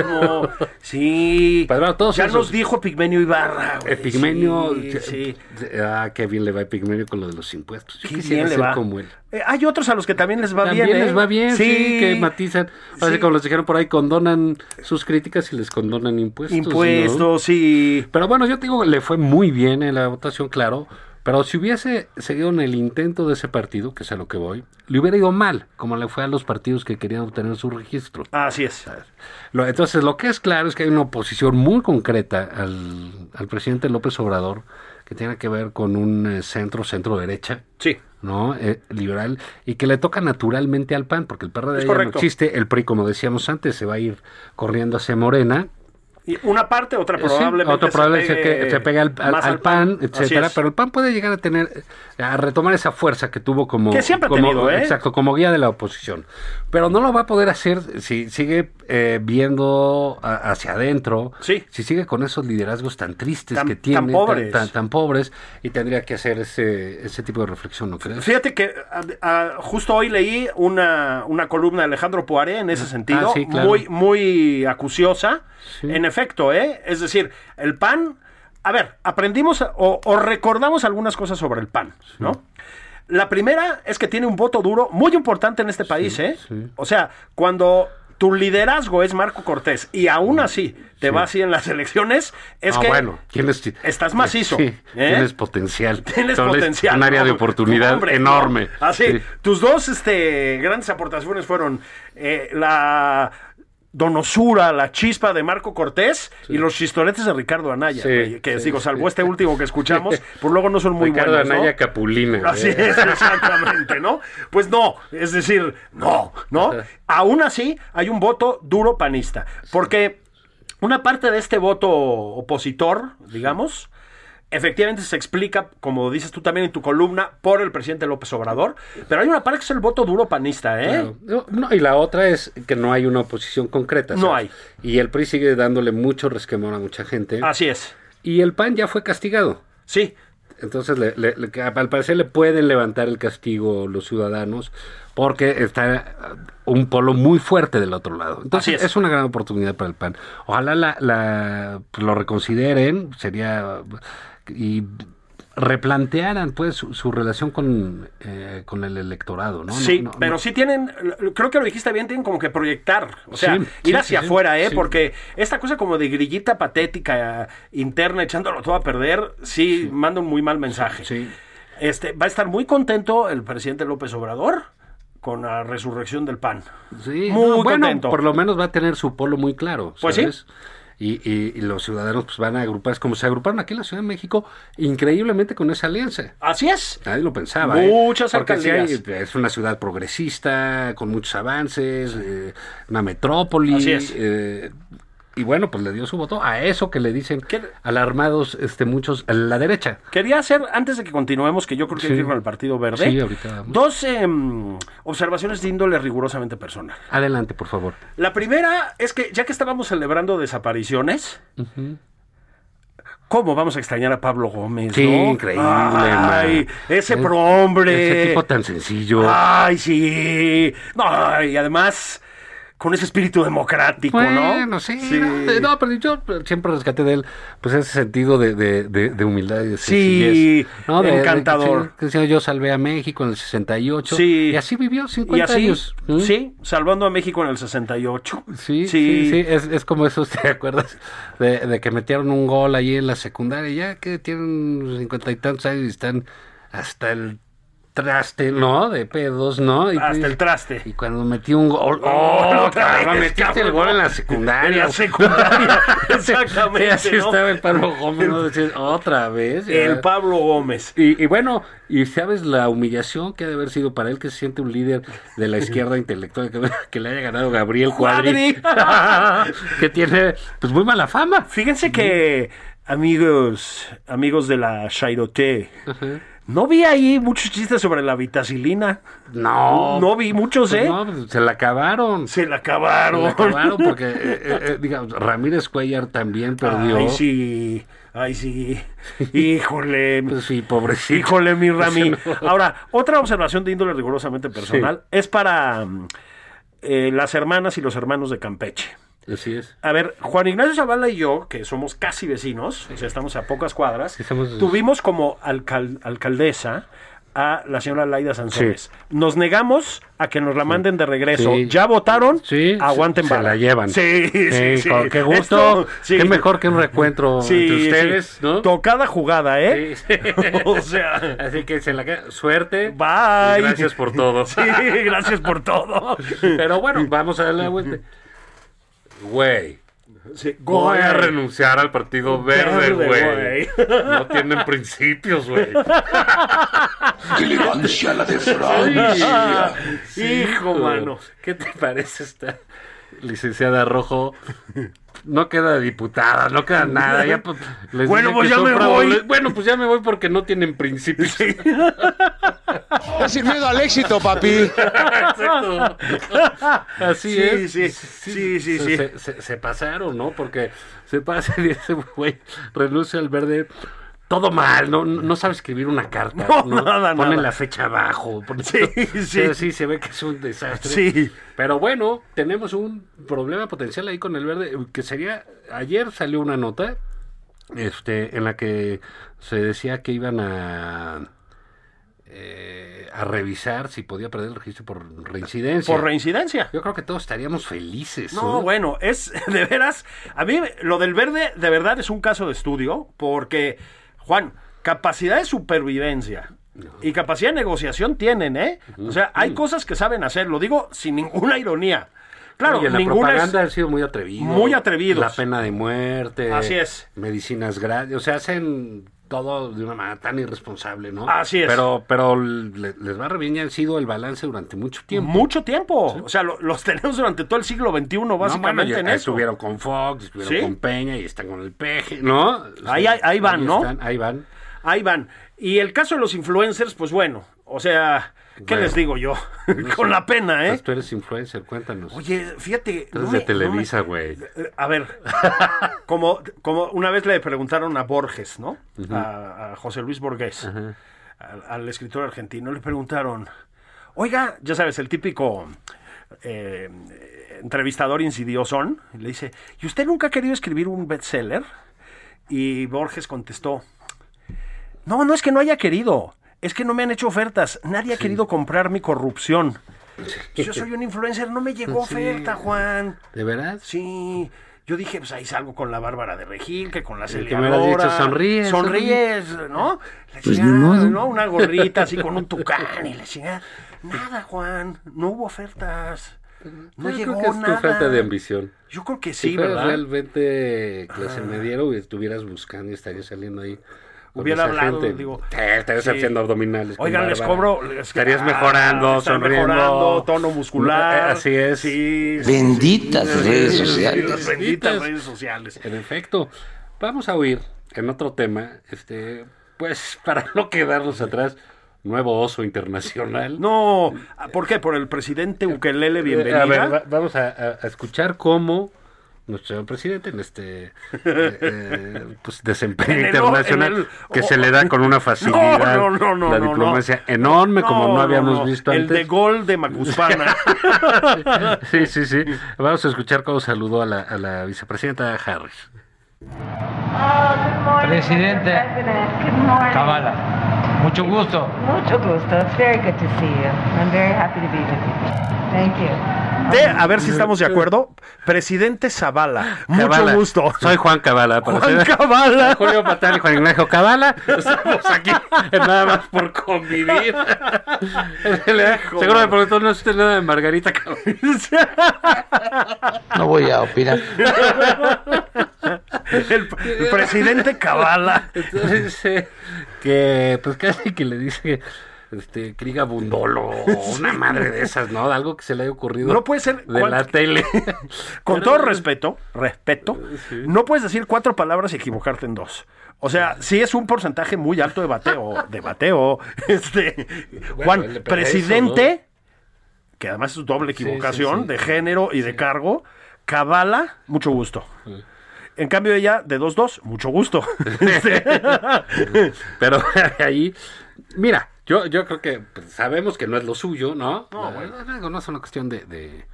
Sí. Pero, todos ya esos. Nos dijo Pigmenio Ibarra. Pigmenio. Sí. Qué bien le va a Pigmenio con lo de los impuestos. Yo qué quisiera bien ser le va. como él. Hay otros a los que también les va bien. También les va bien, sí, que matizan. Así sí. como les dijeron por ahí, condonan sus críticas y les condonan impuestos. ¿no? Sí. Pero bueno, yo te digo, le fue muy bien en la votación, claro. Pero si hubiese seguido en el intento de ese partido, que es a lo que voy, le hubiera ido mal, como le fue a los partidos que querían obtener su registro. Así es. Entonces, lo que es claro es que hay una oposición muy concreta al presidente López Obrador, que tiene que ver con un centro-derecha. Sí. ¿No? Liberal, y que le toca naturalmente al PAN, porque el PRD ya no existe, el PRI, como decíamos antes, se va a ir corriendo hacia Morena. Y una parte, otra probablemente otro probablemente se pegue al PAN, etcétera, pero el PAN puede llegar a retomar esa fuerza que tuvo como que siempre ha tenido, exacto, como guía de la oposición, pero no lo va a poder hacer si sigue viendo hacia adentro, sí. Si sigue con esos liderazgos tan tristes que tiene, tan pobres, y tendría que hacer ese tipo de reflexión, ¿no crees? Fíjate que justo hoy leí una columna de Alejandro Poiré en ese sentido, sí, claro. muy acuciosa. Sí. En efecto, es decir, el PAN, a ver, aprendimos o recordamos algunas cosas sobre el PAN, ¿no? Sí. La primera es que tiene un voto duro muy importante en este país, Sí. O sea, cuando tu liderazgo es Marco Cortés y aún así te va así en las elecciones, es que bueno, estás macizo. Sí, tienes potencial. Tienes potencial. Un área de oportunidad enorme. ¿No? Así, sí. Tus dos grandes aportaciones fueron la donosura, la chispa de Marco Cortés y los chistoretes de Ricardo Anaya, salvo este último que escuchamos, pues luego no son muy Ricardo buenos, Anaya, ¿no? Capulina. Así es, exactamente, ¿no? Pues no, es decir, no. Aún así, hay un voto duro panista, porque una parte de este voto opositor, digamos, efectivamente se explica, como dices tú también en tu columna, por el presidente López Obrador, pero hay una parte que es el voto duro panista, Claro. No, y la otra es que no hay una oposición concreta. ¿sabes? No hay. Y el PRI sigue dándole mucho resquemor a mucha gente. Así es. Y el PAN ya fue castigado. Sí. Entonces, al parecer le pueden levantar el castigo los ciudadanos porque está un polo muy fuerte del otro lado. Entonces, es una gran oportunidad para el PAN. Ojalá lo reconsideren, y replantearan pues su relación con el electorado, ¿no? Sí, pero sí tienen, creo que lo dijiste bien, tienen como que proyectar, o sea, ir hacia afuera, porque esta cosa como de grillita patética interna, echándolo todo a perder, manda un muy mal mensaje. Sí. Va a estar muy contento el presidente López Obrador con la resurrección del PAN. Sí, muy contento. Por lo menos va a tener su polo muy claro, ¿sabes? Pues sí. Y los ciudadanos pues van a agruparse como se agruparon aquí en la Ciudad de México, increíblemente con esa alianza. Así es. Nadie lo pensaba. Muchas alcaldías. Es una ciudad progresista, con muchos avances, una metrópoli. Así es. Y bueno, pues le dio su voto a eso que le dicen alarmados muchos a la derecha. Quería hacer, antes de que continuemos, que yo creo que hay que ir con el Partido Verde, sí, ahorita vamos. 2 observaciones de índole rigurosamente personal. Adelante, por favor. La primera es que, ya que estábamos celebrando desapariciones, ¿cómo vamos a extrañar a Pablo Gómez? Sí, ¿no? increíble, Ay, ese prohombre. Ese tipo tan sencillo. Ay, sí. No, y además, con ese espíritu democrático, bueno, ¿no? Sí. No, pero yo siempre rescaté de él, pues ese sentido de humildad y de sencillez. ¿no? Encantador. Que decía, yo salvé a México en el 68. Sí. Y así vivió 50 años. Sí, salvando a México en el 68. Sí. Es como eso, ¿te acuerdas? De que metieron un gol ahí en la secundaria, ya que tienen 50 y tantos años y están hasta el traste, ¿no? De pedos, ¿no? Y hasta el traste. Y cuando metí un gol, metiste el gol en la secundaria. En la secundaria, exactamente. Así ¿no? estaba el Pablo Gómez, ¿no? Decías, otra vez. Ya. El Pablo Gómez. Y bueno, y sabes la humillación que ha de haber sido para él, que se siente un líder de la izquierda intelectual, que le haya ganado Gabriel Cuadri. Que tiene, pues, muy mala fama. Fíjense que, amigos de la Chairoté, no vi ahí muchos chistes sobre la vitacilina. No vi muchos, ¿eh? No, pues, se la acabaron porque, digamos, Ramírez Cuellar también perdió. Ay, sí. Híjole. Pues sí, pobrecito. Híjole, mi Rami. Ahora, otra observación de índole rigurosamente personal es para las hermanas y los hermanos de Campeche. Así es. A ver, Juan Ignacio Zavala y yo, que somos casi vecinos, o sea, estamos a pocas cuadras, tuvimos como alcaldesa a la señora Laida Sansores. Nos negamos a que nos la manden de regreso. Ya votaron, aguanten bala. Se la llevan. Sí. Con qué gusto. Qué mejor que un recuentro entre ustedes, ¿no? Tocada jugada, ¿eh? Sí. O sea, así que se la queda. Suerte. Bye. Gracias por todo. Sí, gracias por todo. Pero bueno, vamos a darle la vuelta. Güey. Voy a renunciar al Partido Verde, güey. No tienen principios, güey. ¡Qué elegancia la de Francia! Hijo, mano. ¿Qué te parece esta licenciada Rojo? No queda diputada, no queda nada. Ya, pues, bueno, pues ya me voy. Bueno, pues ya me voy porque no tienen principios. Sin miedo al éxito, papi. Exacto. Así es. Sí. Se pasaron, ¿no? Porque se pasa y ese güey renuncia al Verde. Todo mal, no sabe escribir una carta. Nada. Pone la fecha abajo. Sí, se ve que es un desastre. Sí. Pero bueno, tenemos un problema potencial ahí con el Verde, que sería, ayer salió una nota en la que se decía que iban a revisar si podía perder el registro por reincidencia. ¿Por reincidencia? Yo creo que todos estaríamos felices. No, bueno, es de veras, a mí lo del Verde de verdad es un caso de estudio, porque, Juan, capacidad de supervivencia y capacidad de negociación tienen, ¿eh? O sea, hay cosas que saben hacer, lo digo sin ninguna ironía. Claro, la propaganda ha sido muy atrevido. Muy atrevidos. La pena de muerte. Así es. Medicinas gratis. O sea, hacen todo de una manera tan irresponsable, ¿no? Así es. Pero les va re bien y han sido el balance durante mucho tiempo. Mucho tiempo. Sí. O sea, los tenemos durante todo el siglo XXI, básicamente, en eso. Estuvieron con Fox, estuvieron con Peña y están con el Peje, ¿no? Ahí van, ¿no? Ahí van. Y el caso de los influencers, pues bueno, o sea, ¿qué les digo yo? Con la pena, ¿eh? Pues tú eres influencer, cuéntanos. Oye, fíjate. Tú eres de Televisa, güey. A ver, como una vez le preguntaron a Borges, ¿no? A José Luis Borges, al escritor argentino, le preguntaron, oiga, ya sabes, el típico entrevistador insidiosón, le dice, ¿y usted nunca ha querido escribir un bestseller? Y Borges contestó, no es que no haya querido, es que no me han hecho ofertas, nadie ha querido comprar mi corrupción. Yo soy un influencer, no me llegó oferta, Juan. ¿De verdad? Sí, yo dije, pues ahí salgo con la Bárbara de Regil, que con la Celia que me lo has dicho, sonríes, ¿no? Pues ni modo. ¿no? Una gorrita así con un tucán y le decía, nada, Juan, no hubo ofertas. No yo llegó creo que nada. Es tu falta de ambición. Yo creo que sí, si ¿verdad? realmente clase mediero y estuvieras buscando y estarías saliendo ahí hubiera esa hablado, gente, digo... estarías sí. haciendo abdominales. con Oigan, les Bárbara. cobro... Estarías mejorando, están sonriendo. mejorando, tono muscular. Así es. Sí. Benditas redes sociales. Benditas redes sociales. En efecto. Vamos a oír en otro tema, pues para no quedarnos atrás, nuevo oso internacional. No, ¿por qué? ¿Por el presidente Ukelele? Bienvenida. A ver, vamos a escuchar cómo nuestro presidente en pues desempeño internacional que se le da con una facilidad, la diplomacia enorme como no habíamos visto antes. El de gol de Macuspana. Sí. Vamos a escuchar cómo saludó a la vicepresidenta Harris. Presidente Zavala, mucho gusto. Mucho gusto. It's very good to see you. I'm very happy to be with you. Thank you. A ver si estamos de acuerdo. Presidente Zavala, mucho gusto. Soy Juan Zavala. Juan Zavala. Julio Patal y Juan Ignacio Zavala. Estamos aquí nada más por convivir. Seguro me preguntó, no sé nada de Margarita Zavala. No voy a opinar. El presidente Zavala. Entonces que pues casi que le dice Kriga Bundolo, una madre de esas, ¿no? Algo que se le haya ocurrido. No puede ser de la tele. Con todo respeto, sí. No puedes decir 4 palabras y equivocarte en 2. O sea, sí es un porcentaje muy alto de bateo. Juan, bueno, presidente, eso, ¿no? Que además es doble equivocación sí. de género y de cargo. Zavala, mucho gusto. Sí. En cambio ella, de 2-2, mucho gusto. Pero ahí, mira, yo creo que pues, sabemos que no es lo suyo, ¿no? No es una cuestión de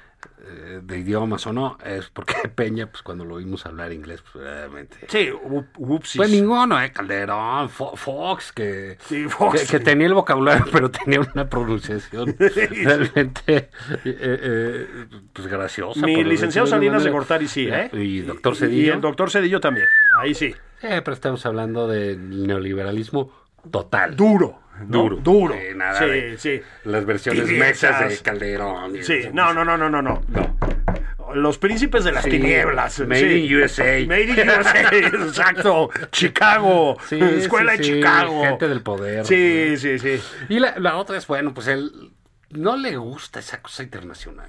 idiomas o no, es porque Peña, pues cuando lo oímos hablar inglés, pues realmente... Sí, upsis. Pues ninguno, Calderón, Fox, que tenía el vocabulario, pero tenía una pronunciación realmente pues graciosa. Mi licenciado Salinas de Gortari sí, Y doctor Cedillo. Y el doctor Cedillo también, ahí sí. Pero estamos hablando del neoliberalismo total. Duro. Nada sí. Las versiones mexas de Calderón. Sí, no. Los príncipes de las tinieblas. Made in USA. Exacto. Chicago. Escuela de Chicago. Gente del poder. Sí. Y la otra es, bueno, pues él no le gusta esa cosa internacional.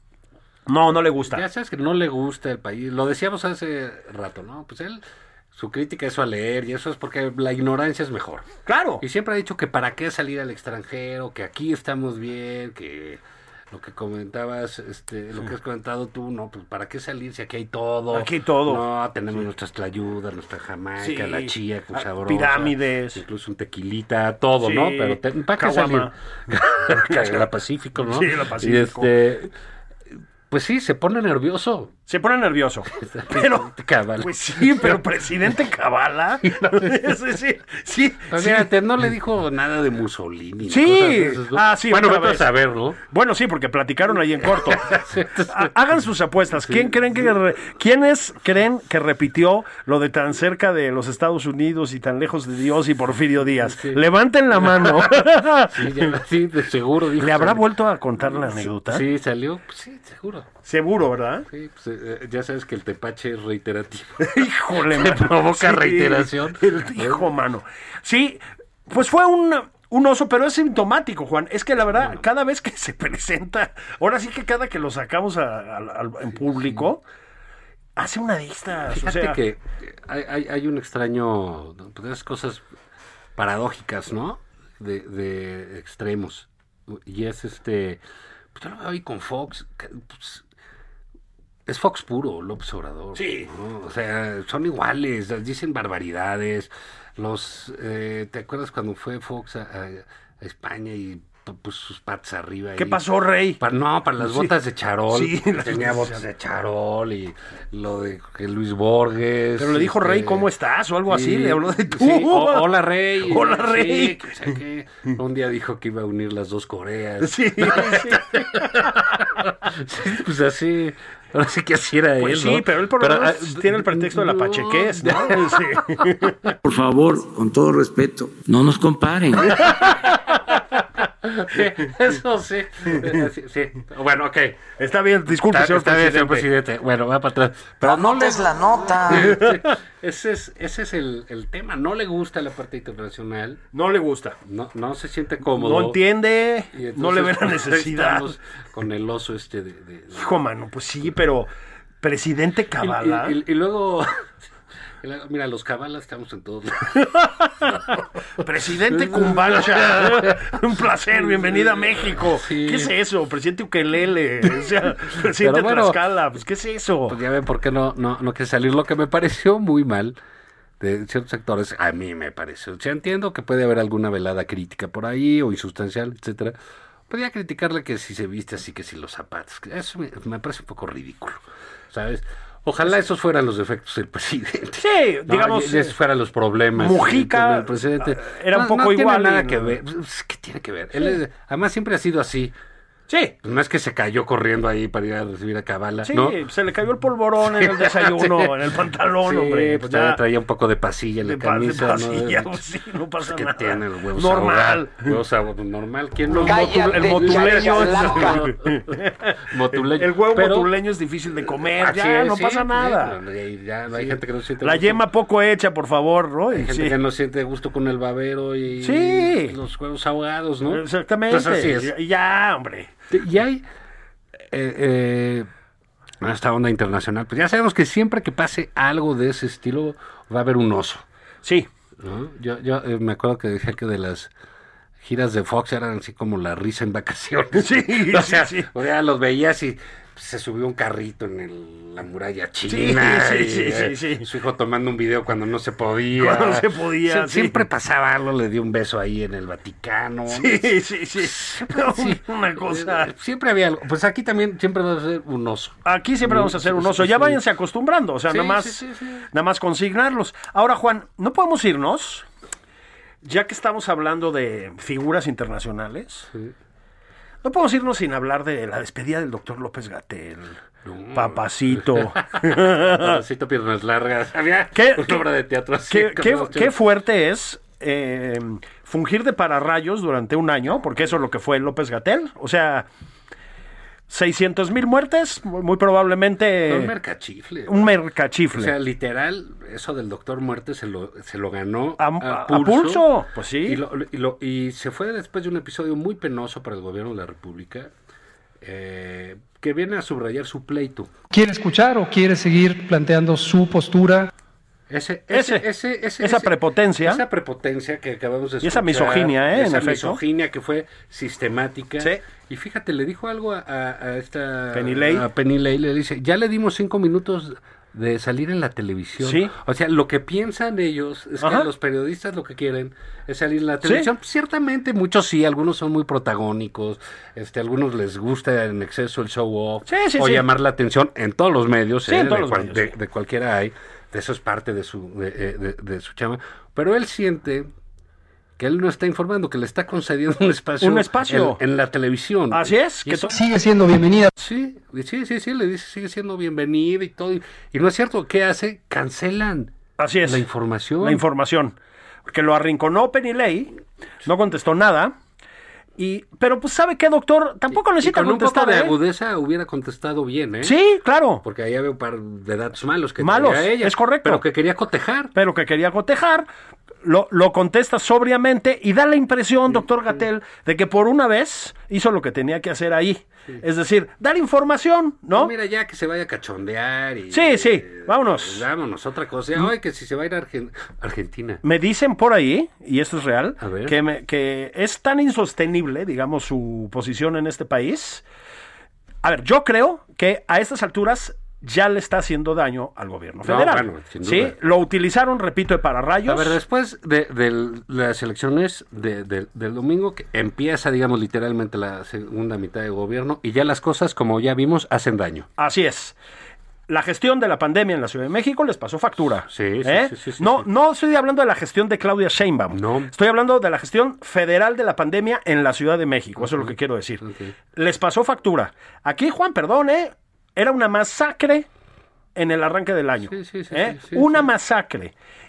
No le gusta. Ya sabes que no le gusta el país. Lo decíamos hace rato, ¿no? Pues él... Su crítica es a leer y eso es porque la ignorancia es mejor. Claro. Y siempre ha dicho que para qué salir al extranjero, que aquí estamos bien, que lo que comentabas, lo que has comentado tú, no, pues para qué salir si aquí hay todo. Aquí hay todo. No, tenemos nuestras tlayudas, nuestra jamaica, la chía, que sabrosa. Pirámides. Incluso un tequilita, todo, ¿no? Pero ¿para qué salir? La Pacífico, ¿no? Sí, la Pacífico. Y pues sí, se pone nervioso. Pero, pues sí, pero presidente Zavala. Sí. Fíjate, no le dijo nada de Mussolini. Sí. Esas, ¿no? Sí. Bueno, vete a saber, ¿no? Bueno, sí, porque platicaron ahí en corto. Hagan sus apuestas. ¿Quiénes creen que repitió lo de tan cerca de los Estados Unidos y tan lejos de Dios y Porfirio Díaz? Sí. Levanten la mano. Sí, de seguro. Dijo, ¿Le habrá vuelto a contar la anécdota? Sí, salió. Pues sí, seguro. Seguro, ¿verdad? Sí, pues ya sabes que el tepache es reiterativo. Híjole, mano. Provoca reiteración. Hijo, mano. Sí, pues fue un oso, pero es sintomático, Juan. Es que la verdad, cada vez que se presenta, ahora sí que cada que lo sacamos en público, hace una de estas. Fíjate que hay un extraño, pues esas cosas paradójicas, ¿no? De extremos. Y es pues yo lo veo ahí con Fox, pues, es Fox puro, López Obrador. Sí. ¿no? O sea, son iguales, dicen barbaridades. ¿Te acuerdas cuando fue Fox a España y pues sus patas arriba? ¿Qué pasó, Rey? Para las botas de charol. Sí, tenía botas de charol y lo de Luis Borges. Pero le dijo Rey, ¿cómo estás? O algo así, le habló de tú. Sí, hola, Rey. Hola, Rey. Sí, o sea, que un día dijo que iba a unir las dos Coreas. Sí. Sí, pues así... Ahora sí que así era pues él, ¿no? Sí, pero él por lo menos tiene el pretexto de la pachequez, ¿no? Sí. Por favor, con todo respeto, no nos comparen. Sí, eso sí. Sí. Bueno, ok. Está bien, disculpe, señor presidente. Bueno, va para atrás. Pero no le... la nota. Ese es el tema. No le gusta la parte internacional. No le gusta. No se siente cómodo. No entiende. Entonces, no le ve la necesidad. Estamos con el oso Hijo, mano, pues sí, pero presidente Kavala. Y luego... Mira, los Kavala estamos en todos lados. Presidente Kumbacha, un placer, bienvenida a México. Sí. ¿Qué es eso? Presidente Ukelele, o sea, presidente Tlaxcala, pues ¿qué es eso? Pues ya ven por qué no quiere salir. Lo que me pareció muy mal de ciertos sectores, a mí me pareció. O sea, entiendo que puede haber alguna velada crítica por ahí o insustancial, etcétera. Podría criticarle que si se viste así, que si los zapatos. Eso me parece un poco ridículo, ¿sabes? Ojalá esos fueran los defectos del presidente. Sí, digamos. Y esos fueran los problemas. Mujica del presidente. era un poco igual. No tiene nada que ver. ¿Qué tiene que ver? Sí. Además siempre ha sido así. Sí. Pues no es que se cayó corriendo ahí para ir a recibir a Kavala, sí, ¿no? Se le cayó el polvorón en el desayuno, sí. En el pantalón, sí, hombre. Pues ya traía un poco de pasilla en la camisa, pasilla, ¿no? Pues sí, no pasa que nada. Tiene los huevos normal. Normal. ¿Quién no? El motuleño. Motuleño. El huevo motuleño es difícil de comer, ya no pasa nada. Ya hay gente que no siente la gusto. yema poco hecha, por favor, ¿no? Hay gente que no siente gusto con el babero y los huevos ahogados, ¿no? Exactamente. Pues así es. Y ya, hombre. Y hay esta onda internacional, pues ya sabemos que siempre que pase algo de ese estilo va a haber un oso. Sí. ¿No? Yo me acuerdo que decía que de las giras de Fox eran así como la risa en vacaciones. Sí, o sea, sí. O sea, los veías y se subió un carrito en la muralla china. Sí. Su hijo tomando un video cuando no se podía. Cuando se podía, Siempre pasaba algo, le dio un beso ahí en el Vaticano. Sí. Una cosa. Siempre había algo. Pues aquí también siempre va a ser un oso. Aquí siempre vamos a hacer un oso. Ya váyanse acostumbrando, o sea, nada más consignarlos. Ahora, Juan, no podemos irnos, ya que estamos hablando de figuras internacionales. Sí. No podemos irnos sin hablar de la despedida del doctor López-Gatell. Papacito. Papacito, piernas largas. Había una obra de teatro así. Qué fuerte es fungir de pararrayos durante un año, porque eso es lo que fue López-Gatell. O sea, 600,000 muertes, muy probablemente. Un mercachifle. Un mercachifle. O sea, literal, eso del doctor muerte se lo ganó a pulso. Pues sí. Y se fue después de un episodio muy penoso para el gobierno de la República, que viene a subrayar su pleito. ¿Quiere escuchar o quiere seguir planteando su postura? Esa prepotencia. Esa prepotencia que acabamos de escuchar. Y esa misoginia, esa misoginia que fue sistemática. Sí. Y fíjate, le dijo algo a esta... Penny a Penny Lay, le dice, ya le dimos 5 minutos de salir en la televisión. Sí. O sea, lo que piensan ellos es que los periodistas lo que quieren es salir en la televisión. ¿Sí? Ciertamente, muchos sí, algunos son muy protagónicos, algunos les gusta en exceso el show off, o llamar la atención en todos los medios, de cualquiera hay. Eso es parte de su chama. Pero él siente que él no está informando, que le está concediendo un espacio en la televisión. Así es. Que sigue siendo bienvenida. Sí, le dice, sigue siendo bienvenida y todo. Y no es cierto. ¿Qué hace? Cancelan. Así es. La información. Porque lo arrinconó Penny Lay, no contestó nada. Pero pues ¿sabe qué, doctor? Tampoco necesita contestar. Con un poco de agudeza hubiera contestado bien, ¿eh? Sí, claro. Porque ahí había un par de datos malos que tenía ella. Es correcto. Pero que quería cotejar. Lo contesta sobriamente y da la impresión, doctor Gatell, de que por una vez hizo lo que tenía que hacer ahí. Sí. Es decir, dar información, ¿no? Mira, ya que se vaya a cachondear y... Sí, vámonos. Vámonos, otra cosa. Ay, que si se va a ir a Argentina. Me dicen por ahí, y esto es real, a ver. que es tan insostenible, digamos, su posición en este país. A ver, yo creo que a estas alturas ya le está haciendo daño al gobierno federal. No, bueno, sin duda. Sí, lo utilizaron, repito, de pararrayos. A ver, después de las elecciones del domingo, que empieza, digamos, literalmente la segunda mitad de gobierno, y ya las cosas, como ya vimos, hacen daño. Así es. La gestión de la pandemia en la Ciudad de México les pasó factura. Sí. No estoy hablando de la gestión de Claudia Sheinbaum. No. Estoy hablando de la gestión federal de la pandemia en la Ciudad de México. Eso es lo que quiero decir. Okay. Les pasó factura. Aquí, Juan, perdón, era una masacre en el arranque del año. Sí. Una masacre.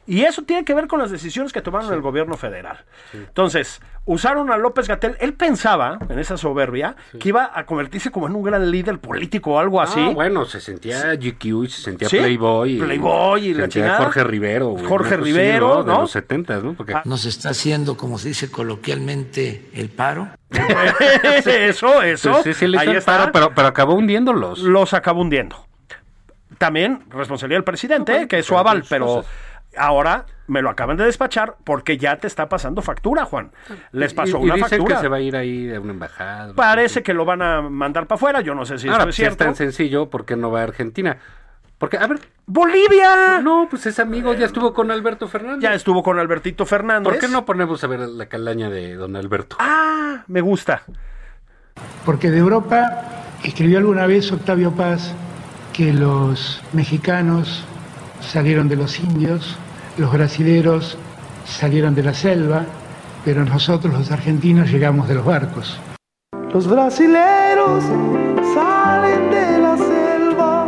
Y eso tiene que ver con las decisiones que tomaron el gobierno federal. Entonces, usaron a López-Gatell. Él pensaba, en esa soberbia, que iba a convertirse como en un gran líder político o algo así. Bueno, se sentía GQ, se sentía Playboy. Playboy y la chingada. Jorge Rivero. Jorge Rivero, ¿no? De los 70s, ¿no? Porque... Nos está haciendo, como se dice coloquialmente, el paro. Eso. Sí, le hizo el paro, pero acabó hundiéndolos. Los acabó hundiendo. También responsabilidad del presidente, que es su aval, pero ahora me lo acaban de despachar porque ya te está pasando factura, Juan. Les pasó una dicen factura. Que se va a ir ahí a una embajada. Parece que lo van a mandar para afuera, yo no sé si esto es cierto. Es tan sencillo, ¿por qué no va a Argentina? Porque, a ver... ¡Bolivia! No, pues es amigo, ya estuvo con Alberto Fernández. Ya estuvo con Albertito Fernández. ¿Por qué no ponemos a ver la calaña de don Alberto? Ah, me gusta. Porque de Europa escribió alguna vez Octavio Paz que los mexicanos salieron de los indios, los brasileros salieron de la selva, pero nosotros los argentinos llegamos de los barcos. Los brasileros salen de la selva,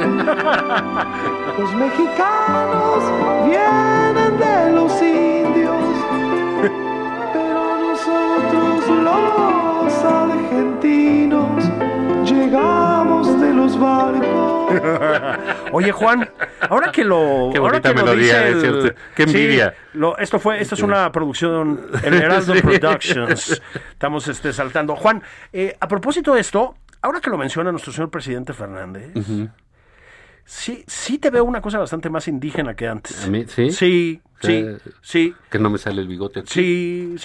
los mexicanos vienen de los indios, pero nosotros los argentinos llegamos de los barcos. Oye, Juan, ahora que lo... Qué bonita ahora que melodía, lo dice ¿cierto? Qué envidia. Sí, esto es una producción, el Heraldo Productions. Estamos saltando. Juan, a propósito de esto, ahora que lo menciona nuestro señor presidente Fernández, sí te veo una cosa bastante más indígena que antes. ¿A mí? ¿Sí? Sí. Que no me sale el bigote aquí.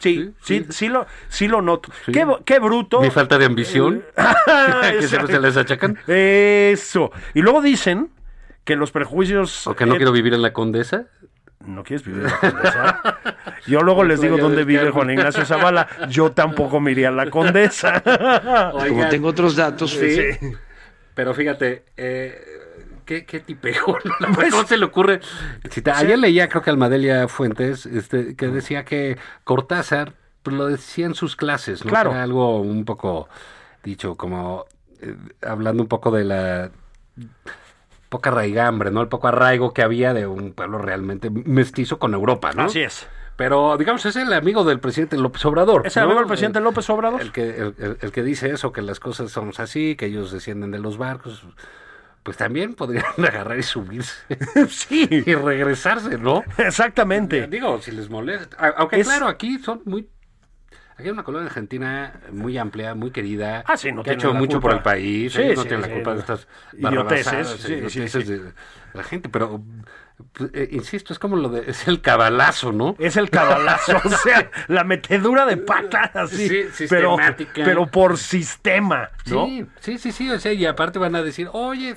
Sí lo noto. Sí. Qué bruto. Mi falta de ambición. Que se les achacan. Eso. Y luego dicen que los prejuicios... ¿O que no quiero vivir en la Condesa? ¿No quieres vivir en la Condesa? Yo luego les digo dónde vive Juan Ignacio Zavala. Yo tampoco me iría a la Condesa. Oigan, como tengo otros datos. Sí. Pero fíjate... ¿Qué tipejo? ¿Cómo se le ocurre? Ayer leía, creo que Almadelia Fuentes, que decía que Cortázar pues, lo decía en sus clases, ¿no? Claro. Era algo un poco dicho, como hablando un poco de la poca raigambre, ¿no? El poco arraigo que había de un pueblo realmente mestizo con Europa, ¿no? Así es. Pero, digamos, es el amigo del presidente López Obrador. ¿Es el amigo del presidente López Obrador? El que dice eso, que las cosas son así, que ellos descienden de los barcos... Pues también podrían agarrar y subirse. Sí. Y regresarse, ¿no? Exactamente. Digo, si les molesta. Aunque claro, aquí son muy... Aquí hay una colonia argentina muy amplia, muy querida. Sí, no que ha hecho mucho por el país. Sí, no tiene la culpa de estas idioteces de la gente. Pero, insisto, es como es el cabalazo, ¿no? Es el cabalazo. O sea, la metedura de patas, así. Sí, sistemática. Pero por sistema, ¿no? Sí. O sea, y aparte van a decir, oye,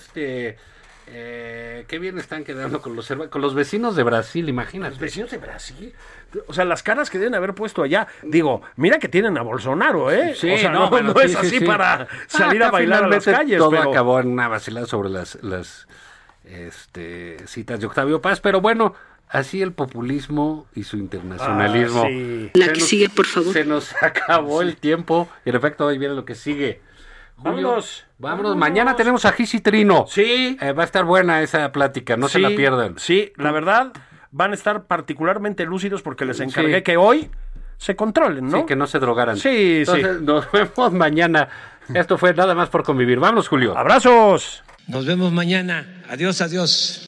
qué bien están quedando con los vecinos de Brasil, imagínate. Los vecinos de Brasil. O sea, las caras que deben haber puesto allá. Digo, mira que tienen a Bolsonaro, ¿eh? Sí, o sea, no es así para salir a bailar a las calles. Todo pero... acabó en una vacilada sobre las citas de Octavio Paz, pero bueno, así el populismo y su internacionalismo. Sí. La que sigue, por favor. Se nos acabó el tiempo y en efecto hoy viene lo que sigue. Julio, vámonos. Mañana tenemos a Gis y Trino. Sí. Va a estar buena esa plática, no se la pierdan. Sí, la verdad, van a estar particularmente lúcidos porque les encargué que hoy se controlen, ¿no? Sí, que no se drogaran. Sí, Entonces, nos vemos mañana. Esto fue Nada Más por Convivir. Vámonos, Julio. ¡Abrazos! Nos vemos mañana. Adiós, adiós.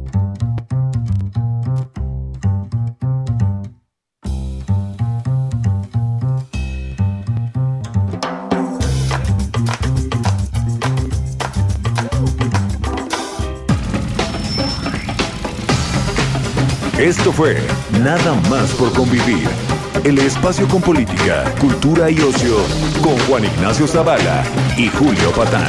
Esto fue Nada Más por Convivir. El espacio con política, cultura y ocio con Juan Ignacio Zavala y Julio Patán.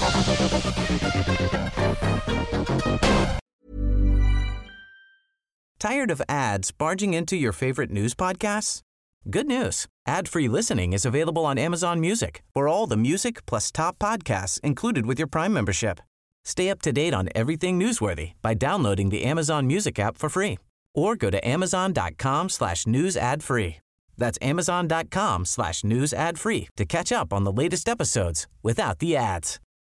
Tired of ads barging into your favorite news podcasts? Good news. Ad-free listening is available on Amazon Music for all the music plus top podcasts included with your Prime membership. Stay up to date on everything newsworthy by downloading the Amazon Music app for free or go to amazon.com/news ad free. That's amazon.com/news ad free to catch up on the latest episodes without the ads.